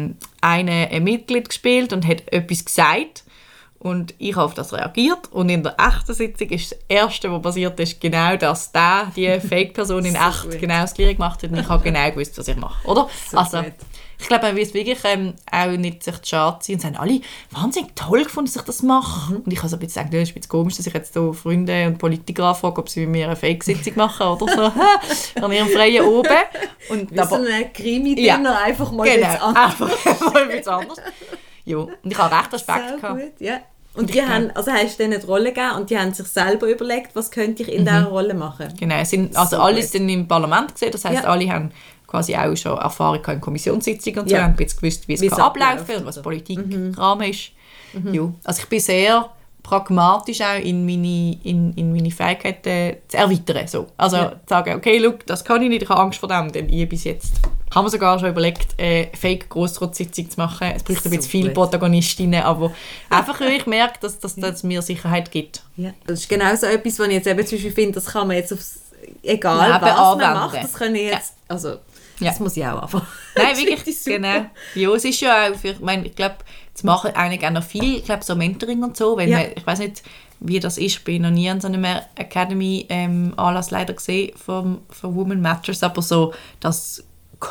ein Mitglied gespielt und hat etwas gesagt und ich habe auf das reagiert und in der echten Sitzung ist das Erste, was passiert ist, genau, dass die Fake-Person in So echt gut. genau das Gleiche gemacht hat und ich habe genau gewusst, was ich mache, oder? So Also, gut. ich glaube, man wird wirklich auch nicht sich zu schade sein und sagen alle, wahnsinnig toll gefunden, dass ich das mache. Und ich habe so ein bisschen gedacht, das ist ein bisschen komisch, dass ich jetzt so Freunde und Politiker anfrage, ob sie mit mir eine Fake-Sitzung machen oder so, an ihrem freien Oben. Und Wie so ein Krimi-Dinner, einfach mal genau, jetzt anders. einfach mal etwas anderes. Ja, und ich habe recht Respekt Sehr gehabt. gut, ja. Und die haben, also hast du denen die Rolle gegeben und die haben sich selber überlegt, was könnte ich in dieser Rolle machen? Genau, es sind, also So alle gut. sind im Parlament gesehen, das heisst, Ja. alle haben quasi auch schon Erfahrung in Kommissionssitzungen und so, Ja. haben jetzt gewusst, wie es Wie es kann ablaufen abläuft und was oder so. Politikrahmen ist. Ja. Also ich bin sehr pragmatisch auch in meine Fähigkeiten zu erweitern. So. Also Ja. zu sagen, okay, look, das kann ich nicht, ich habe Angst vor dem, denn ich bis jetzt haben wir sogar schon überlegt, Fake-Grossratssitzung zu machen. Es braucht ein bisschen So viele gut. Protagonistinnen, aber einfach, weil ich merke, dass das mir Sicherheit gibt. Ja. Das ist genau so etwas, was ich jetzt eben zum Beispiel finde, das kann man jetzt aufs, egal Leben was man anwenden. macht, das kann ich jetzt, also Ja. das muss ich auch einfach. Nein, Das finde ich wirklich, super. genau. Ja, es ist ja auch, ich glaube, das machen eigentlich auch noch viel, ich glaube, so Mentoring und so, wenn Ja. man, ich weiß nicht, wie das ist, ich bin noch nie an so einem Academy-Anlass leider gesehen von Women Matters, aber so das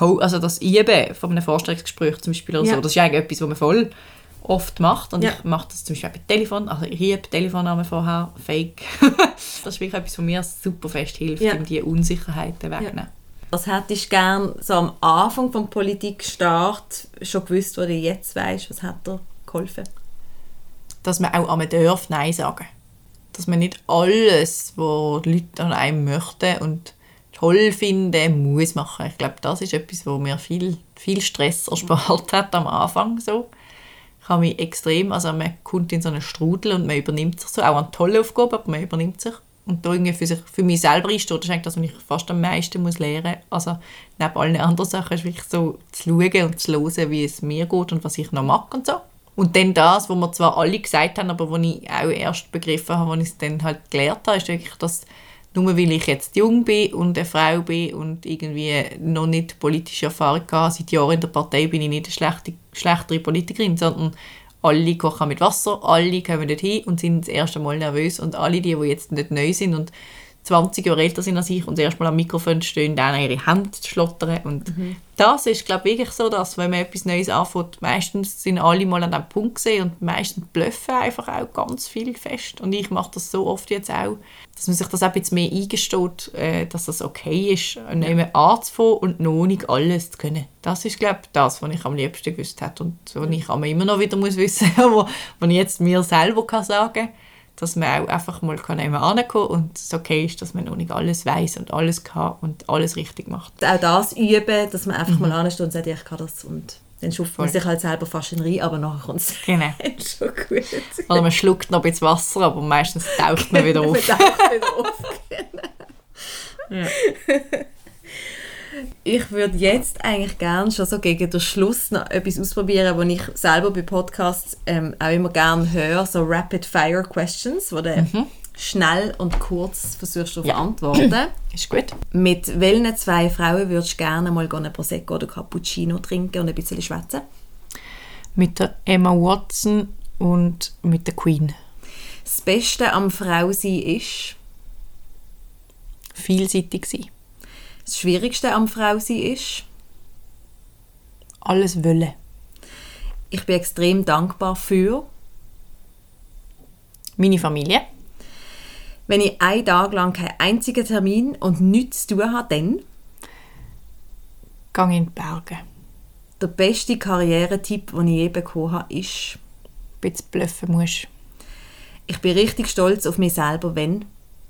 Üben von einem Vorstellungsgespräch zum Beispiel oder Ja. so, das ist eigentlich etwas, was man voll oft macht und Ja. ich mache das zum Beispiel auch bei Telefon, also ich habe Telefonnamen vorher, Fake. Das ist wirklich etwas, was mir super fest hilft, Ja. um diese Unsicherheiten wegzunehmen. Was hättest du gerne so am Anfang des Politikstart schon gewusst, was du jetzt weißt? Was hat dir geholfen? Dass man auch einmal darf Nein sagen. Dass man nicht alles, was die Leute an einem möchten und toll finden, muss machen. Ich glaube, das ist etwas, was mir viel Stress erspart hat am Anfang. So. Ich habe mich extrem, also man kommt in so einen Strudel und man übernimmt sich so, auch an tolle Aufgaben, aber man übernimmt sich. Und da irgendwie für mich selber einstehen, das ist eigentlich das, was ich fast am meisten lernen muss. Also neben allen anderen Sachen ist wirklich so zu schauen und zu hören, wie es mir geht und was ich noch mag und so. Und dann das, was mir zwar alle gesagt haben, aber was ich auch erst begriffen habe, als ich es dann halt gelernt habe, ist wirklich, dass nur weil ich jetzt jung bin und eine Frau bin und irgendwie noch nicht politische Erfahrung habe, seit Jahren in der Partei bin ich nicht eine schlechtere Politikerin, sondern alle kochen mit Wasser, alle kommen dorthin und sind das erste Mal nervös und alle, die jetzt nicht neu sind und 20 Jahre älter sind als ich und das erste Mal am Mikrofon stehen, dann ihre Hände zu schlottern. Und das ist, glaube ich, wirklich so, dass wenn man etwas Neues anfängt, meistens sind alle mal an diesem Punkt gesehen und meistens bluffen einfach auch ganz viel fest. Und ich mache das so oft jetzt auch, dass man sich das auch ein bisschen mehr eingesteht, dass es okay ist, nicht mehr anzufangen und noch nicht alles zu können. Das ist, glaube ich, das, was ich am liebsten gewusst habe und was ich immer noch wieder muss wissen muss, was ich jetzt mir selber sagen kann. Dass man auch einfach mal ankommen kann und es okay ist, dass man noch nicht alles weiss und alles kann und alles richtig macht. Auch das üben, dass man einfach mal ansteht und sagt, ich kann das. Und dann schufft man sich halt selber fast rein, aber nachher kommt es schon gut. Oder man schluckt noch ein bisschen Wasser, aber meistens taucht man wieder auf. Ja. Ich würde jetzt eigentlich gerne schon so gegen den Schluss noch etwas ausprobieren, was ich selber bei Podcasts auch immer gerne höre, so Rapid-Fire-Questions, wo du schnell und kurz versuchst zu antworten. Ist gut. Mit welchen 2 Frauen würdest du gerne mal einen Prosecco oder Cappuccino trinken und ein bisschen schwätzen? Mit der Emma Watson und mit der Queen. Das Beste am Frausein ist? Vielseitig sein. Das Schwierigste am Frausein ist? Alles wollen. Ich bin extrem dankbar für? Meine Familie. Wenn ich einen Tag lang keinen einzigen Termin und nichts zu tun habe, dann? Gehe in die Berge. Der beste Karrieretipp, den ich je bekommen habe, ist? Ein bisschen bluffen musst. Ich bin richtig stolz auf mich selber, wenn?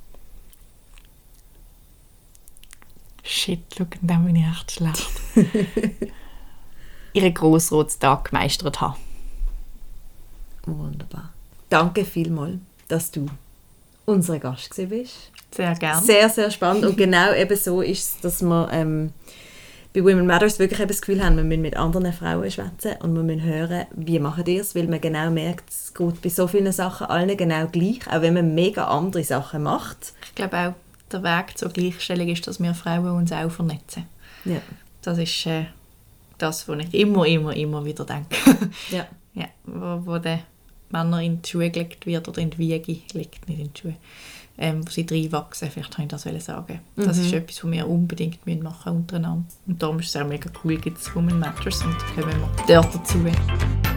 Shit, schau, dann bin ich echt schlecht. Ihren Grossrotstag gemeistert habe. Wunderbar. Danke vielmals, dass du unser Gast bist. Sehr gerne. Sehr, sehr spannend. Und genau eben so ist es, dass wir bei Women Matters wirklich das Gefühl haben, wir müssen mit anderen Frauen schwätzen und wir müssen hören, wie machen die es, weil man genau merkt, es geht bei so vielen Sachen allen genau gleich, auch wenn man mega andere Sachen macht. Ich glaube auch, der Weg zur Gleichstellung ist, dass wir Frauen uns auch vernetzen. Ja. Das ist das, was ich immer wieder denke. Ja. Ja, wo den Männern in die Schuhe gelegt wird oder in die Wiege liegt, nicht in die Schuhe, wo sie reinwachsen, vielleicht kann ich das sagen. Das ist etwas, was wir unbedingt machen untereinander. Und darum ist es auch mega cool, gibt es Women Matters und da kommen wir dort dazu.